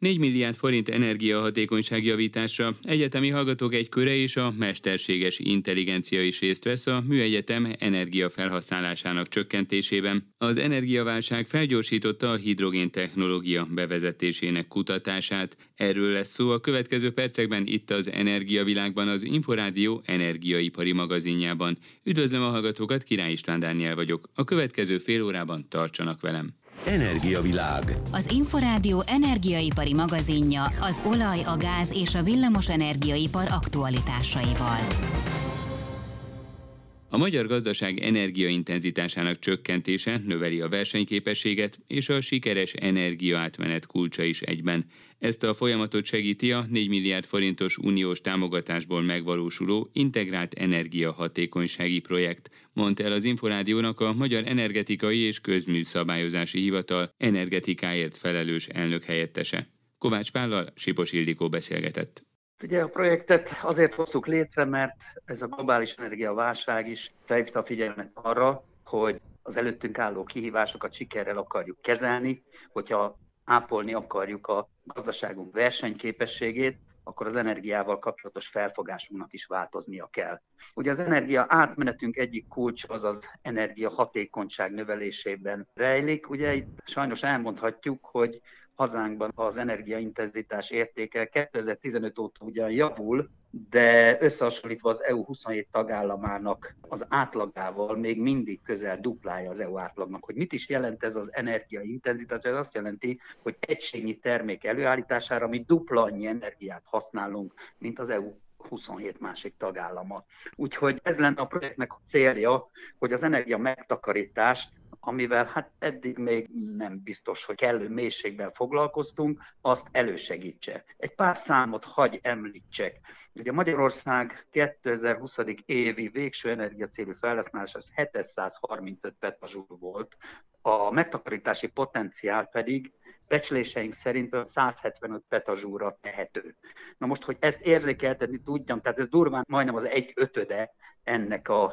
4 milliárd forint energiahatékonyság javításra, egyetemi hallgatók egy köre és a mesterséges intelligencia is részt vesz a műegyetem energiafelhasználásának csökkentésében. Az energiaválság felgyorsította a hidrogén technológia bevezetésének kutatását. Erről lesz szó a következő percekben itt az Energiavilágban, az Inforádió energiaipari magazinjában. Üdvözlöm a hallgatókat, Király István Dániel vagyok. A következő fél órában tartsanak velem. Energiavilág. Az Inforádió energiaipari magazinja az olaj, a gáz és a villamos energiaipar aktualitásaival. A magyar gazdaság energiaintenzitásának csökkentése növeli a versenyképességet, és a sikeres energiaátmenet kulcsa is egyben. Ezt a folyamatot segíti a 4 milliárd forintos uniós támogatásból megvalósuló integrált energiahatékonysági projekt, mondta el az Inforádiónak a Magyar Energetikai és Közműszabályozási Hivatal energetikáért felelős elnökhelyettese. Kovács Pállal Sipos Ildikó beszélgetett. Ugye a projektet azért hoztuk létre, mert ez a globális energiaválság is felhívta a figyelmet arra, hogy az előttünk álló kihívásokat sikerrel akarjuk kezelni, hogyha ápolni akarjuk a gazdaságunk versenyképességét, akkor az energiával kapcsolatos felfogásunknak is változnia kell. Ugye az energia átmenetünk egyik kulcs az az energiahatékonyság növelésében rejlik. Ugye itt sajnos elmondhatjuk, hogy hazánkban az energiaintenzitás értéke 2015 óta ugyan javul, de összehasonlítva az EU 27 tagállamának az átlagával még mindig közel duplája az EU átlagnak. Hogy mit is jelent ez az energiaintenzitás? Ez azt jelenti, hogy egységnyi termék előállítására mi dupla annyi energiát használunk, mint az EU 27 másik tagállama. Úgyhogy ez lenne a projektnek a célja, hogy az energia megtakarítást, amivel hát eddig még nem biztos, hogy kellő mélységben foglalkoztunk, azt elősegítse. Egy pár számot hagy említsek. Ugye Magyarország 2020. évi végső energiacélú felhasználás az 735 petazsúl volt, a megtakarítási potenciál pedig becsléseink szerint 175 petazsúra tehető. Na most, hogy ezt érzékeltetni tudjam, tehát ez durván majdnem az 1/5 ennek a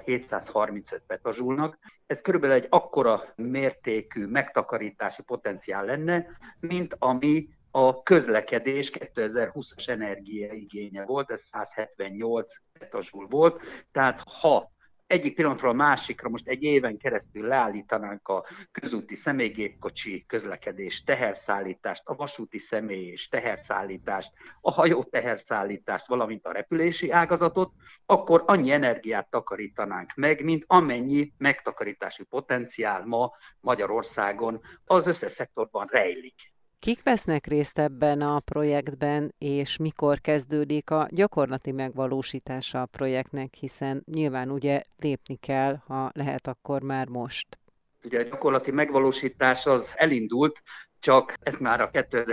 735 petazsúlnak. Ez körülbelül egy akkora mértékű megtakarítási potenciál lenne, mint ami a közlekedés 2020-as energiaigénye volt, ez 178 petazsúl volt. Tehát ha egyik pillanatról a másikra most egy éven keresztül leállítanánk a közúti személygépkocsi közlekedés teherszállítást, a vasúti személy és teherszállítást, a hajó teherszállítást, valamint a repülési ágazatot, akkor annyi energiát takarítanánk meg, mint amennyi megtakarítási potenciál ma Magyarországon az összes szektorban rejlik. Kik vesznek részt ebben a projektben, és mikor kezdődik a gyakorlati megvalósítása a projektnek, hiszen nyilván ugye lépni kell, ha lehet, akkor már most. Ugye a gyakorlati megvalósítás az elindult, csak ez már a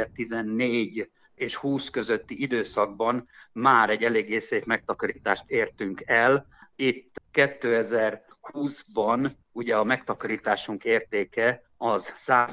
2014 és 20 közötti időszakban már egy eléggé szép megtakarítást értünk el. Itt 2020-ban ugye a megtakarításunk értéke az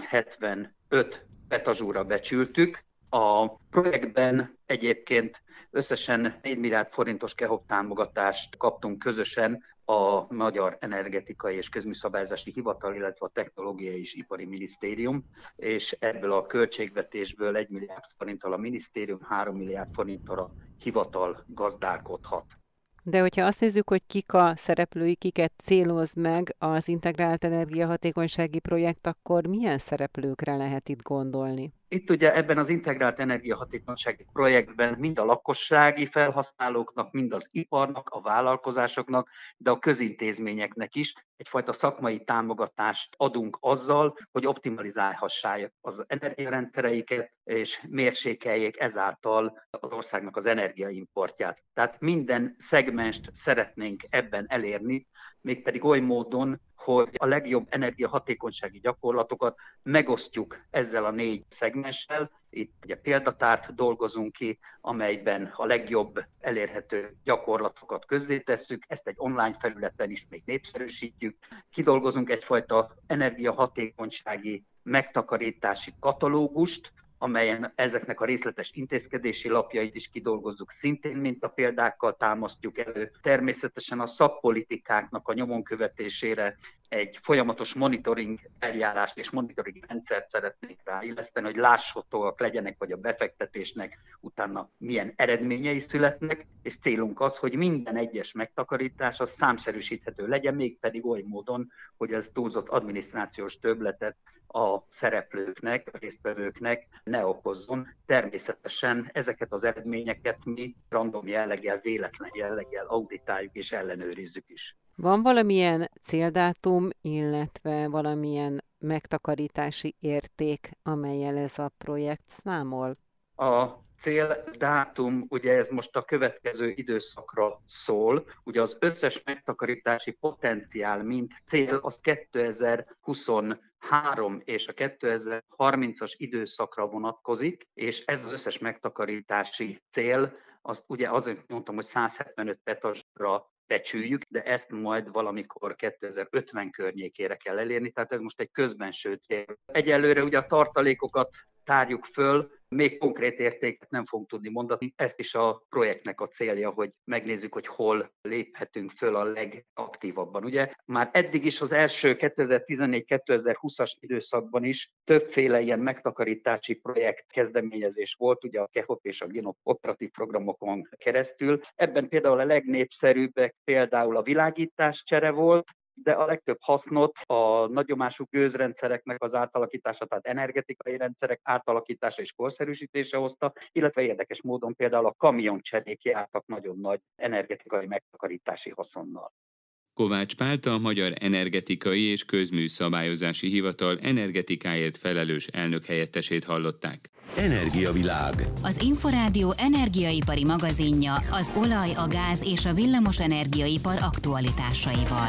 175 petazsúra becsültük. A projektben egyébként összesen 4 milliárd forintos KEHOP támogatást kaptunk közösen a Magyar Energetikai és Közműszabályozási Hivatal, illetve a Technológiai és Ipari Minisztérium, és ebből a költségvetésből 1 milliárd forinttal a minisztérium, 3 milliárd forinttal a hivatal gazdálkodhat. De hogyha azt nézzük, hogy kik a szereplői, kiket céloz meg az integrált energiahatékonysági projekt, akkor milyen szereplőkre lehet itt gondolni? Itt ugye ebben az integrált energiahatékonysági projektben mind a lakossági felhasználóknak, mind az iparnak, a vállalkozásoknak, de a közintézményeknek is egyfajta szakmai támogatást adunk azzal, hogy optimalizálhassák az energiarendszereiket, és mérsékeljék ezáltal az országnak az energiaimportját. Tehát minden szegmenst szeretnénk ebben elérni, mégpedig oly módon, hogy a legjobb energiahatékonysági gyakorlatokat megosztjuk ezzel a 4 szegmenssel. Itt ugye példatárt dolgozunk ki, amelyben a legjobb elérhető gyakorlatokat közzétesszük, ezt egy online felületen is még népszerűsítjük. Kidolgozunk egyfajta energiahatékonysági megtakarítási katalógust, amelyen ezeknek a részletes intézkedési lapjait is kidolgozzuk, szintén mintapéldákkal támasztjuk elő. Természetesen a szakpolitikáknak a nyomon követésére egy folyamatos monitoring eljárást és monitoring rendszert szeretnék ráilleszteni, hogy láshatóak legyenek, vagy a befektetésnek utána milyen eredményei születnek, és célunk az, hogy minden egyes megtakarítás az számszerűsíthető legyen, mégpedig oly módon, hogy ez túlzott adminisztrációs többletet a szereplőknek, a résztvevőknek ne okozzon. Természetesen ezeket az eredményeket mi random jelleggel, véletlen jelleggel auditáljuk és ellenőrizzük is. Van valamilyen céldátum, illetve valamilyen megtakarítási érték, amellyel ez a projekt számol? A céldátum, ugye ez most a következő időszakra szól, ugye az összes megtakarítási potenciál, mint cél, az 2023 és a 2030-as időszakra vonatkozik, és ez az összes megtakarítási cél, az ugye azért mondtam, hogy 175 petasra becsüljük, de ezt majd valamikor 2050 környékére kell elérni, tehát ez most egy közbenső cél. Egyelőre ugye a tartalékokat tárjuk föl, még konkrét értéket nem fogunk tudni mondani. Ezt is a projektnek a célja, hogy megnézzük, hogy hol léphetünk föl a legaktívabban. Ugye már eddig is az első 2014-2020-as időszakban is többféle ilyen megtakarítási projekt kezdeményezés volt, ugye a KEHOP és a GINOP operatív programokon keresztül. Ebben például a legnépszerűbbek például a világításcsere volt, de a legtöbb hasznot a nagyomású gőzrendszereknek az átalakítása, tehát energetikai rendszerek átalakítása és korszerűsítése hozta, illetve érdekes módon például a kamioncserék jártak nagyon nagy energetikai megtakarítási haszonnal. Kovács Pált, a Magyar Energetikai és Közműszabályozási Hivatal energetikáért felelős elnökhelyettesét hallották. Energiavilág. Az Inforádió energiaipari magazinja az olaj, a gáz és a villamos energiaipar aktualitásaival.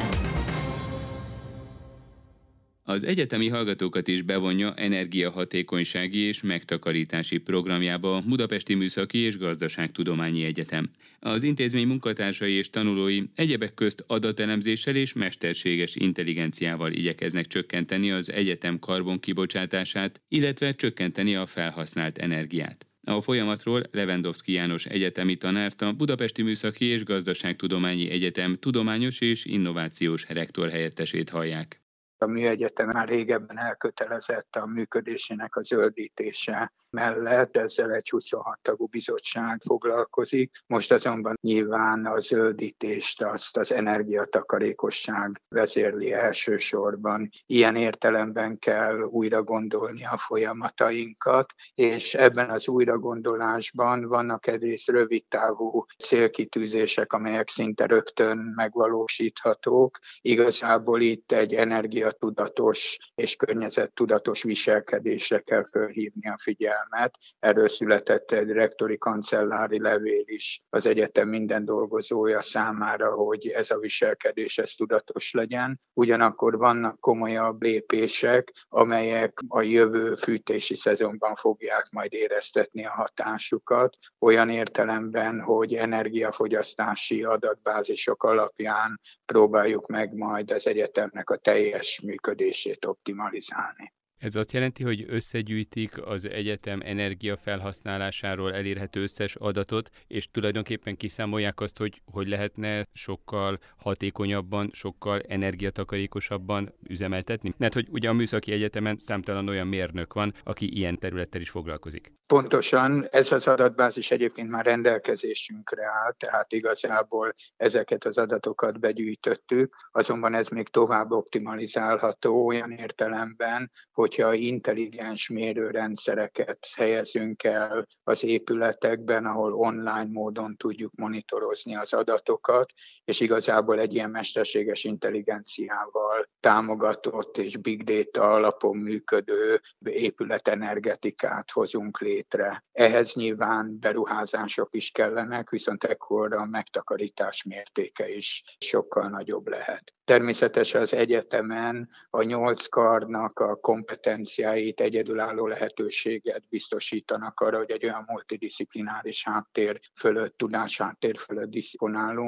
Az egyetemi hallgatókat is bevonja energiahatékonysági és megtakarítási programjába a Budapesti Műszaki és Gazdaságtudományi Egyetem. Az intézmény munkatársai és tanulói egyebek közt adatelemzéssel és mesterséges intelligenciával igyekeznek csökkenteni az egyetem karbonkibocsátását, illetve csökkenteni a felhasznált energiát. A folyamatról Lewandowski János egyetemi tanárt, a Budapesti Műszaki és Gazdaságtudományi Egyetem tudományos és innovációs rektor helyettesét hallják. A műegyetem már régebben elkötelezett a működésének a zöldítése mellett, ezzel egy 26 tagú bizottság foglalkozik. Most azonban nyilván a zöldítést azt az energiatakarékosság vezérli elsősorban. Ilyen értelemben kell újra gondolni a folyamatainkat, és ebben az újragondolásban vannak egyrészt rövidtávú célkitűzések, amelyek szinte rögtön megvalósíthatók. Igazából itt egy energiatudatos és környezettudatos viselkedésre kell fölhívni a figyelmet. Erről született egy rektori kancellári levél is az egyetem minden dolgozója számára, hogy ez a viselkedés ez tudatos legyen. Ugyanakkor vannak komolyabb lépések, amelyek a jövő fűtési szezonban fogják majd éreztetni a hatásukat, olyan értelemben, hogy energiafogyasztási adatbázisok alapján próbáljuk meg majd az egyetemnek a teljes működését optimalizálni. Ez azt jelenti, hogy összegyűjtik az egyetem energiafelhasználásáról elérhető összes adatot, és tulajdonképpen kiszámolják azt, hogy lehetne sokkal hatékonyabban, sokkal energiatakarékosabban üzemeltetni? Mert hogy ugye a Műszaki Egyetemen számtalan olyan mérnök van, aki ilyen területtel is foglalkozik. Pontosan, ez az adatbázis egyébként már rendelkezésünkre áll, tehát igazából ezeket az adatokat begyűjtöttük, azonban ez még tovább optimalizálható olyan értelemben, hogyha intelligens mérőrendszereket helyezünk el az épületekben, ahol online módon tudjuk monitorozni az adatokat, és igazából egy ilyen mesterséges intelligenciával támogatott és big data alapon működő épületenergetikát hozunk létre. Ehhez nyilván beruházások is kellenek, viszont ekkor a megtakarítás mértéke is sokkal nagyobb lehet. Természetesen az egyetemen a 8 karnak a kompetenciáit, egyedülálló lehetőséget biztosítanak arra, hogy egy olyan multidisziplináris háttér fölött, tudásháttér fölött diszponálunk,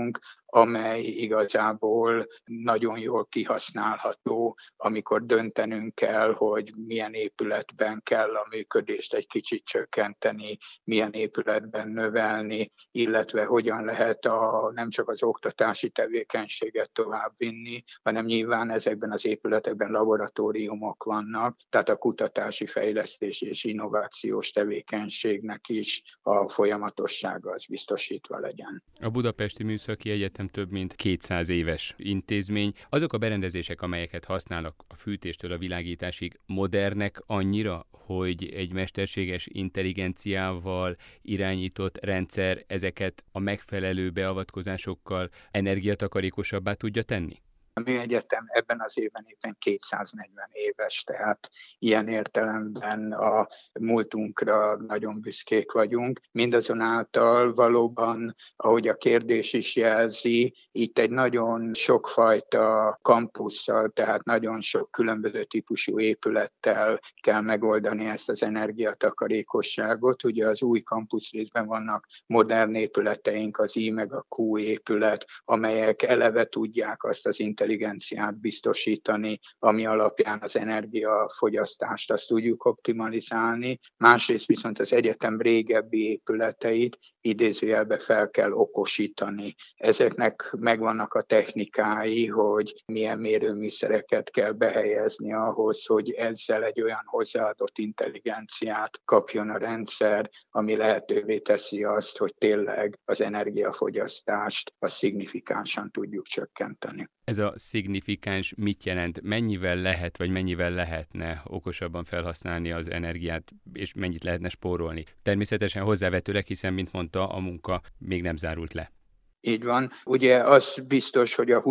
amely igazából nagyon jól kihasználható, amikor döntenünk kell, hogy milyen épületben kell a működést egy kicsit csökkenteni, milyen épületben növelni, illetve hogyan lehet nem csak az oktatási tevékenységet továbbvinni, hanem nyilván ezekben az épületekben laboratóriumok vannak, tehát a kutatási, fejlesztési és innovációs tevékenységnek is a folyamatossága az biztosítva legyen. A Budapesti Műszaki Egyetem több mint 200 éves intézmény. Azok a berendezések, amelyeket használnak a fűtéstől a világításig, modernek annyira, hogy egy mesterséges intelligenciával irányított rendszer ezeket a megfelelő beavatkozásokkal energiatakarékosabbá tudja tenni? A Műegyetem ebben az évben éppen 240 éves, tehát ilyen értelemben a múltunkra nagyon büszkék vagyunk. Mindazonáltal valóban, ahogy a kérdés is jelzi, itt egy nagyon sokfajta kampusszal, tehát nagyon sok különböző típusú épülettel kell megoldani ezt az energiatakarékosságot. Ugye az új kampusz részben vannak modern épületeink, az I meg a Q épület, amelyek eleve tudják azt az intelligenciát biztosítani, ami alapján az energiafogyasztást azt tudjuk optimalizálni. Másrészt viszont az egyetem régebbi épületeit idézőjelbe fel kell okosítani. Ezeknek megvannak a technikái, hogy milyen mérőműszereket kell behelyezni ahhoz, hogy ezzel egy olyan hozzáadott intelligenciát kapjon a rendszer, ami lehetővé teszi azt, hogy tényleg az energiafogyasztást szignifikánsan tudjuk csökkenteni. Ez a szignifikáns mit jelent? Mennyivel lehet, vagy mennyivel lehetne okosabban felhasználni az energiát, és mennyit lehetne spórolni? Természetesen hozzávetőleg, hiszen, mint mondta, a munka még nem zárult le. Így van. Ugye az biztos, hogy a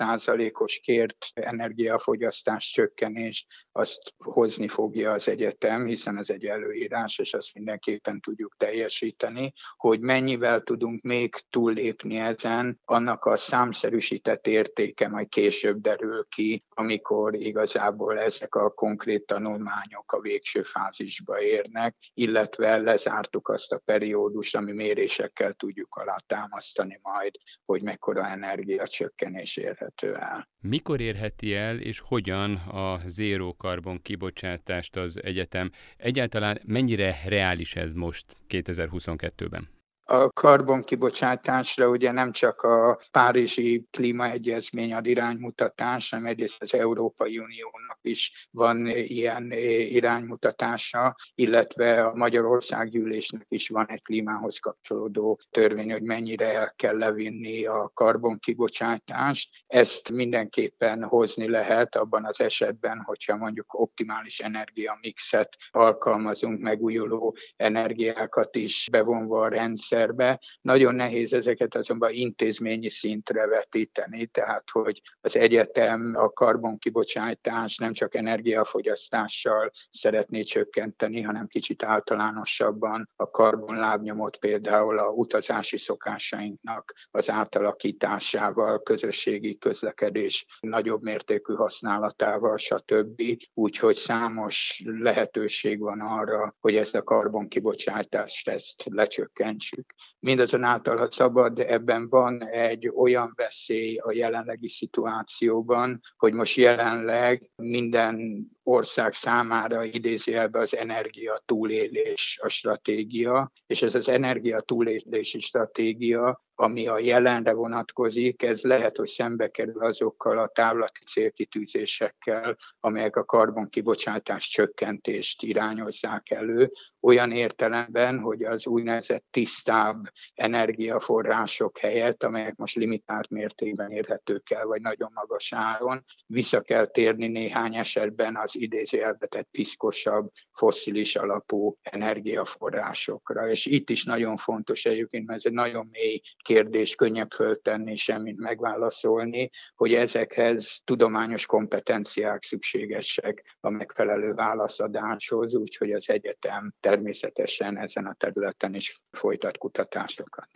25%-os kért energiafogyasztás csökkenést azt hozni fogja az egyetem, hiszen ez egy előírás, és azt mindenképpen tudjuk teljesíteni. Hogy mennyivel tudunk még túllépni ezen, annak a számszerűsített értéke majd később derül ki, amikor igazából ezek a konkrét tanulmányok a végső fázisba érnek, illetve lezártuk azt a periódust, ami mérésekkel tudjuk alátámasztani majd, hogy mekkora energiacsökkenés érhető el. Mikor érheti el, és hogyan a zéró karbon kibocsátást az egyetem? Egyáltalán mennyire reális ez most 2022-ben? A karbonkibocsátásra ugye nem csak a Párizsi Klímaegyezmény ad iránymutatást, hanem egyrészt az Európai Uniónak is van ilyen iránymutatása, illetve a Magyarországgyűlésnek is van egy klímához kapcsolódó törvény, hogy mennyire el kell levinni a karbonkibocsátást. Ezt mindenképpen hozni lehet abban az esetben, hogyha mondjuk optimális energiamixet alkalmazunk, megújuló energiákat is bevonva a rendszer. Nagyon nehéz ezeket azonban intézményi szintre vetíteni, tehát hogy az egyetem a karbonkibocsátást nem csak energiafogyasztással szeretné csökkenteni, hanem kicsit általánosabban a karbonlábnyomot például a utazási szokásainknak az átalakításával, közösségi közlekedés nagyobb mértékű használatával, stb. Úgyhogy számos lehetőség van arra, hogy ezt a karbonkibocsátást lecsökkentsük. Mindazonáltal, ha szabad, ebben van egy olyan veszély a jelenlegi szituációban, hogy most jelenleg minden ország számára idézőjelben az energia túlélés a stratégia, és ez az energia túlélési stratégia, ami a jelenre vonatkozik, ez lehet, hogy szembe kerül azokkal a távlati célkitűzésekkel, amelyek a karbonkibocsátás csökkentést irányozzák elő, olyan értelemben, hogy az úgynevezett tisztább energiaforrások helyett, amelyek most limitált mértékben érhetők el, vagy nagyon magas áron, vissza kell térni néhány esetben az idézőjelbe tett piszkosabb, fosszilis alapú energiaforrásokra. És itt is nagyon fontos egyébként, mert ez egy nagyon mély kérdés, könnyebb föltenni, semmit megválaszolni, hogy ezekhez tudományos kompetenciák szükségesek a megfelelő válaszadáshoz, úgyhogy az egyetem természetesen ezen a területen is folytat kutatásokat.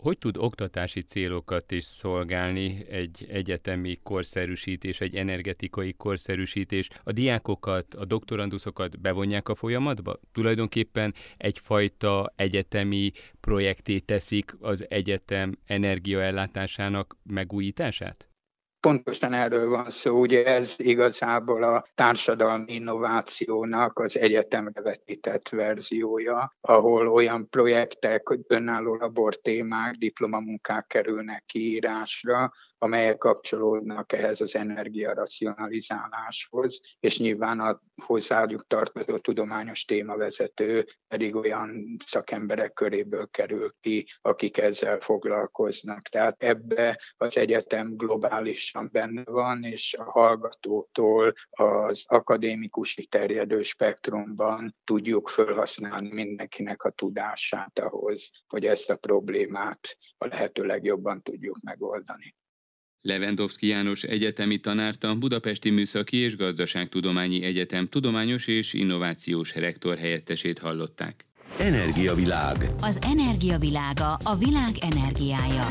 Hogy tud oktatási célokat is szolgálni egy egyetemi korszerűsítés, egy energetikai korszerűsítés? A diákokat, a doktoranduszokat bevonják a folyamatba? Tulajdonképpen egyfajta egyetemi projekté teszik az egyetem energiaellátásásának megújítását? Pontosan erről van szó, ugye ez igazából a társadalmi innovációnak az egyetemre vetített verziója, ahol olyan projektek, önálló labortémák, diplomamunkák kerülnek kiírásra, amelyek kapcsolódnak ehhez az energiaracionalizáláshoz, és nyilván a hozzájuk tartozó tudományos témavezető pedig olyan szakemberek köréből kerül ki, akik ezzel foglalkoznak. Tehát ebbe az egyetem globálisan benne van, és a hallgatótól az akadémikusi terjedő spektrumban tudjuk felhasználni mindenkinek a tudását ahhoz, hogy ezt a problémát a lehető legjobban tudjuk megoldani. Lewandowski János egyetemi tanárt, a Budapesti Műszaki és Gazdaságtudományi Egyetem tudományos és innovációs rektor helyettesét hallották. Energiavilág. Az energia világa, a világ energiája.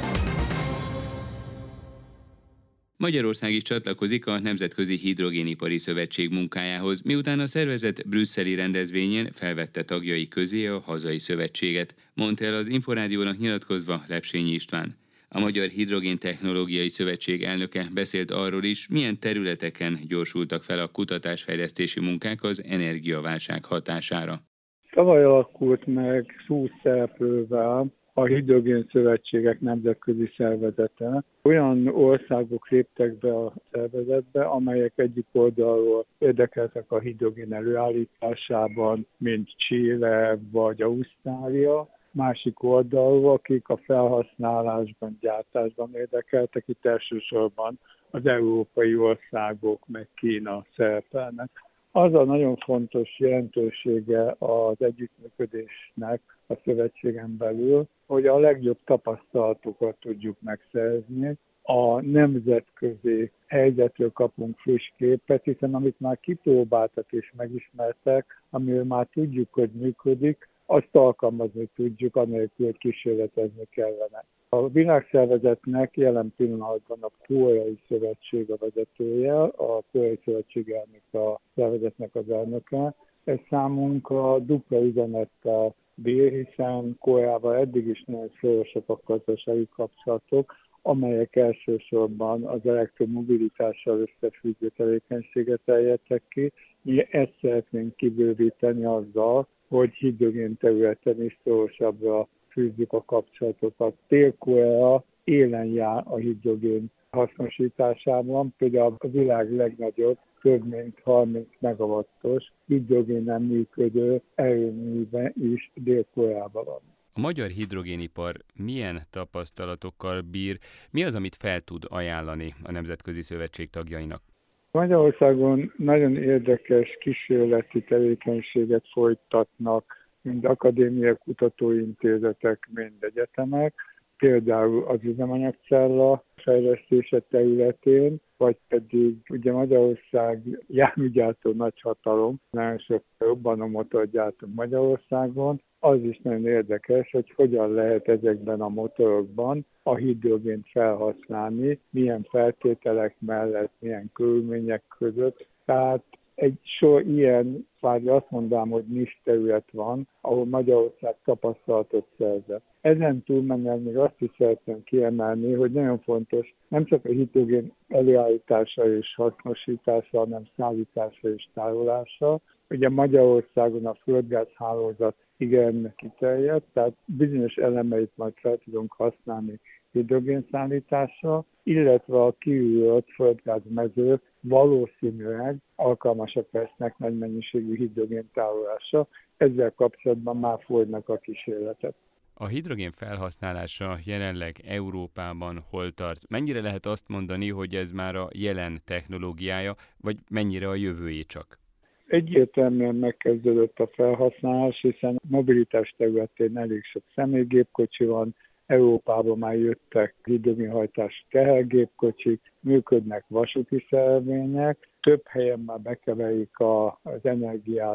Magyarország is csatlakozik a Nemzetközi Hidrogénipari Szövetség munkájához, miután a szervezet brüsszeli rendezvényén felvette tagjai közé a hazai szövetséget, mondta el az Inforádiónak nyilatkozva Lepsényi István. A Magyar Hidrogéntechnológiai Szövetség elnöke beszélt arról is, milyen területeken gyorsultak fel a kutatásfejlesztési munkák az energiaválság hatására. Tavaly alakult meg 20 szereplővel a Hidrogén Szövetségek Nemzetközi Szervezete. Olyan országok léptek be a szervezetbe, amelyek egyik oldalról érdekeltek a hidrogén előállításában, mint Chile vagy Ausztrália, másik oldalról, akik a felhasználásban, gyártásban érdekeltek, itt elsősorban az európai országok, meg Kína szerepelnek. Az a nagyon fontos jelentősége az együttműködésnek a szövetségen belül, hogy a legjobb tapasztalatokat tudjuk megszerzni. A nemzetközi helyzetről kapunk friss képet, hiszen amit már kipróbáltak és megismertek, amiről már tudjuk, hogy működik, azt alkalmazni tudjuk, anélkül, hogy kísérletezni kellene. A világszervezetnek jelen pillanatban a Koreai Szövetség a vezetője, a Koreai Szövetség elnök a szervezetnek az elnöke. Ez számunkra dupla üzenettel bír, hiszen Koreával eddig is nagyon szorosak a gazdasági kapcsolatok, amelyek elsősorban az elektromobilitással összefüggő tevékenységet terjedtek ki. Mi ezt szeretnénk kibővíteni azzal, hogy hidrogén területen is szorosabbra fűzzük a kapcsolatokat. Dél-Korea élen jár a hidrogén hasznosításában, például a világ legnagyobb, több mint 30 megawattos hidrogénen működő erőműve is Dél-Koreában van. A magyar hidrogénipar milyen tapasztalatokkal bír? Mi az, amit fel tud ajánlani a Nemzetközi Szövetség tagjainak? Magyarországon nagyon érdekes kísérleti tevékenységet folytatnak mind akadémiai kutatóintézetek, mind egyetemek, például az üzemanyagcella fejlesztése területén, vagy pedig ugye Magyarország járműgyártó nagyhatalom, nagyon sok robbanómotort gyártunk Magyarországon. Az is nagyon érdekes, hogy hogyan lehet ezekben a motorokban a hidrogént felhasználni, milyen feltételek mellett, milyen körülmények között. Tehát egy sor ilyen, vagy azt mondanám, hogy nis terület van, ahol Magyarország tapasztalatot szerzett. Ezen túlmenően még azt is szeretném kiemelni, hogy nagyon fontos nem csak a hidrogén előállítása és hasznosítása, hanem szállítása és tárolása. Ugye Magyarországon a földgázhálózat igen kiterjedt, tehát bizonyos elemeit majd fel tudunk használni hidrogénszállításra, illetve a kiürült földgázmezők valószínűleg alkalmasak lesznek nagy mennyiségű hidrogén tárolásra. Ezzel kapcsolatban már folynak a kísérletek. A hidrogén felhasználása jelenleg Európában hol tart? Mennyire lehet azt mondani, hogy ez már a jelen technológiája, vagy mennyire a jövőjé csak? Egyértelműen megkezdődött a felhasználás, hiszen mobilitás területén elég sok személygépkocsi van, Európában már jöttek hidrogénhajtású tehergépkocsik, működnek vasúti szerelvények, több helyen már bekeverik az energiát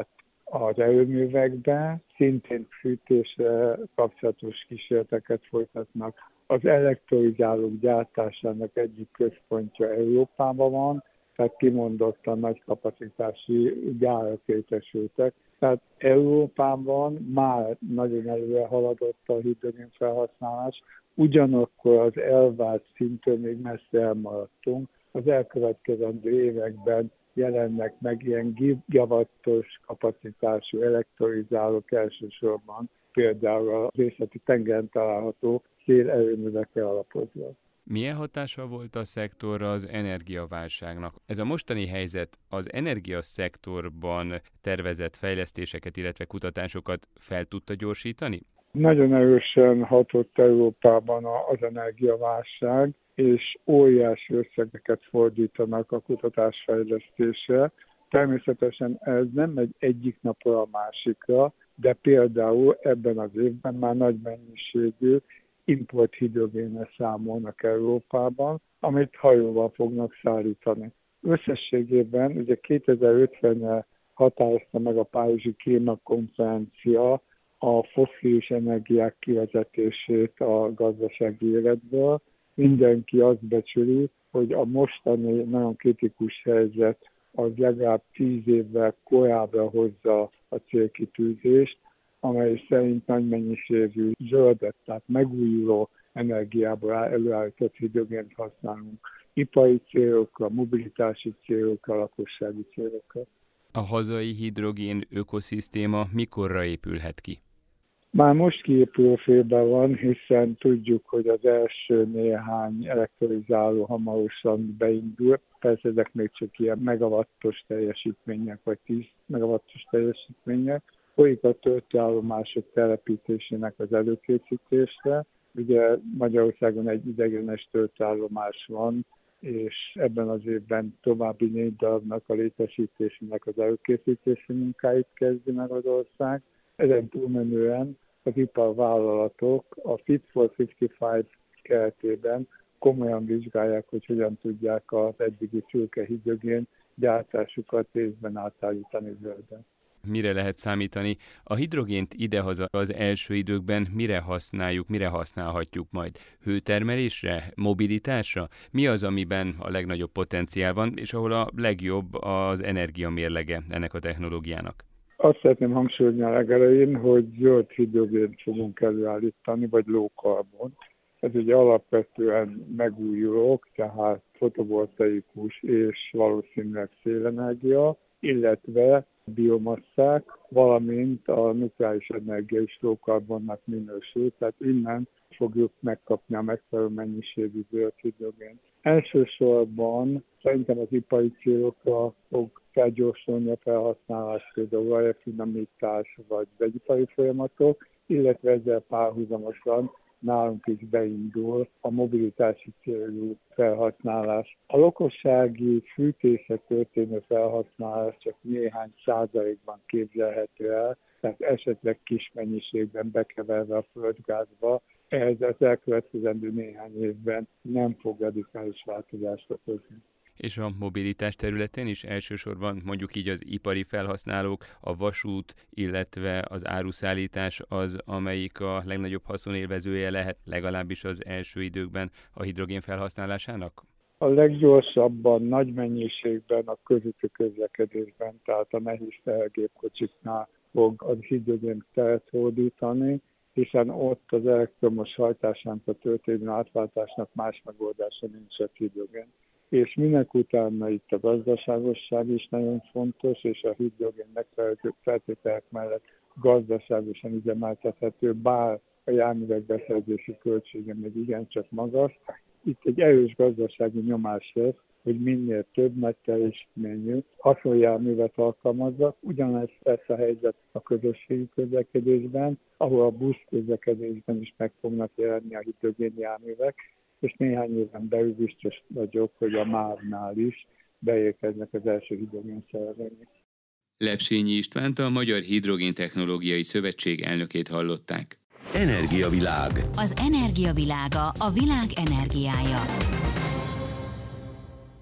az erőművekbe, szintén fűtésre kapcsolatos kísérleteket folytatnak. Az elektrolizálók gyártásának egyik központja Európában van, tehát kimondottan nagy kapacitású gyárak létesültek. Tehát Európában már nagyon előre haladott a hidrogén felhasználás, ugyanakkor az elvárt szintől még messze elmaradtunk. Az elkövetkezendő években jelennek meg ilyen gigawattos kapacitású elektrolizálók elsősorban, például az északi tengeren található szélerőművekre alapozva. Milyen hatása volt a szektorra az energiaválságnak? Ez a mostani helyzet az energiaszektorban tervezett fejlesztéseket, illetve kutatásokat fel tudta gyorsítani? Nagyon erősen hatott Európában az energiaválság, és óriási összegeket fordítanak a kutatásfejlesztésre. Természetesen ez nem megy egyik napról a másikra, de például ebben az évben már nagy mennyiségű import hidrogénre számolnak Európában, amit hajóval fognak szállítani. Összességében ugye 2050-re határozta meg a Párizsi Klímakonferencia a fosszilis energiák kivezetését a gazdasági életből. Mindenki azt becsüli, hogy a mostani nagyon kritikus helyzet az legalább 10 évvel korábbra hozza a célkitűzést, amely szerint nagy mennyiségű zöldet, tehát megújuló energiából előállított hidrogént használunk ipari célokra, mobilitási célokra, lakossági célokra. A hazai hidrogén ökoszisztéma mikorra épülhet ki? Már most kiépülő félben van, hiszen tudjuk, hogy az első néhány elektrolizáló hamarosan beindul. Persze ezek még csak ilyen megawattos teljesítmények, vagy 10 megawattos teljesítmények. Folyik a töltőállomások telepítésének az előkészítésre. Ugye Magyarországon egy ideiglenes töltőállomás van, és ebben az évben további 4 darabnak a létesítésének az előkészítési munkáit kezdi meg az ország. Ezen túlmenően az iparvállalatok a Fit for 55 keretében komolyan vizsgálják, hogy hogyan tudják az eddigi szürke hidrogén gyártásukat részben átállítani zöldre. Mire lehet számítani? A hidrogént idehaza az első időkben mire használjuk, mire használhatjuk majd? Hőtermelésre? Mobilitásra? Mi az, amiben a legnagyobb potenciál van, és ahol a legjobb az energiamérlege ennek a technológiának? Azt szeretném hangsúlyozni a legelején, hogy zöld hidrogént fogunk előállítani, vagy low carbon. Ez ugye alapvetően megújulók, tehát fotovoltaikus és valószínűleg szélenergia, illetve biomasszák, valamint a nukleáris energia is low carbonnak minősül, tehát innen fogjuk megkapni a megfelelő mennyiségű zöld hidrogént. Elsősorban szerintem az ipari célokra fog felgyorsulni a felhasználás, például olajfinomítás vagy vegyipari folyamatok, illetve ezzel párhuzamosan nálunk is beindul a mobilitási célú felhasználás. A lakossági fűtésre történő felhasználás csak néhány százalékban képzelhető el, tehát esetleg kis mennyiségben bekeverve a földgázba, ehhez az elkövetkezendő néhány évben nem fog radikális változást okozni. És a mobilitás területén is elsősorban mondjuk így az ipari felhasználók, a vasút, illetve az áruszállítás az, amelyik a legnagyobb haszonélvezője lehet legalábbis az első időkben a hidrogén felhasználásának? A leggyorsabban, nagy mennyiségben a közúti közlekedésben, tehát a nehéz tehergépkocsiknál fog a hidrogén teret hódítani, hiszen ott az elektromos hajtásántra történő átváltásnak más megoldása nincs a hidrogén. És minek utána itt a gazdaságosság is nagyon fontos, és a hidrogén megfelelő feltételek mellett gazdaságosan üzemeltethető, bár a járművek beszerzési költsége még igencsak magas. Itt egy erős gazdasági nyomás lesz, hogy minél több nagy teljesítményű haszonjárművet alkalmazzak. Ugyanez lesz a helyzet a közösségi közlekedésben, ahol a busz közlekedésben is meg fognak jelenni a hidrogén járművek, és néhány éven belül biztos vagyok, hogy a MÁV-nál is beérkeznek az első hidrogén szerelvények. Lepsényi Istvánt, a Magyar Hidrogéntechnológiai Szövetség elnökét hallották. Energiavilág. Az energiavilága, a világ energiája.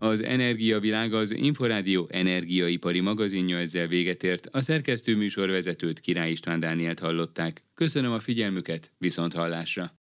Az Energiavilág, az Inforádió energiaipari magazinja ezzel véget ért. A szerkesztő műsorvezetőt, Király István Dánielt hallották. Köszönöm a figyelmüket, viszonthallásra!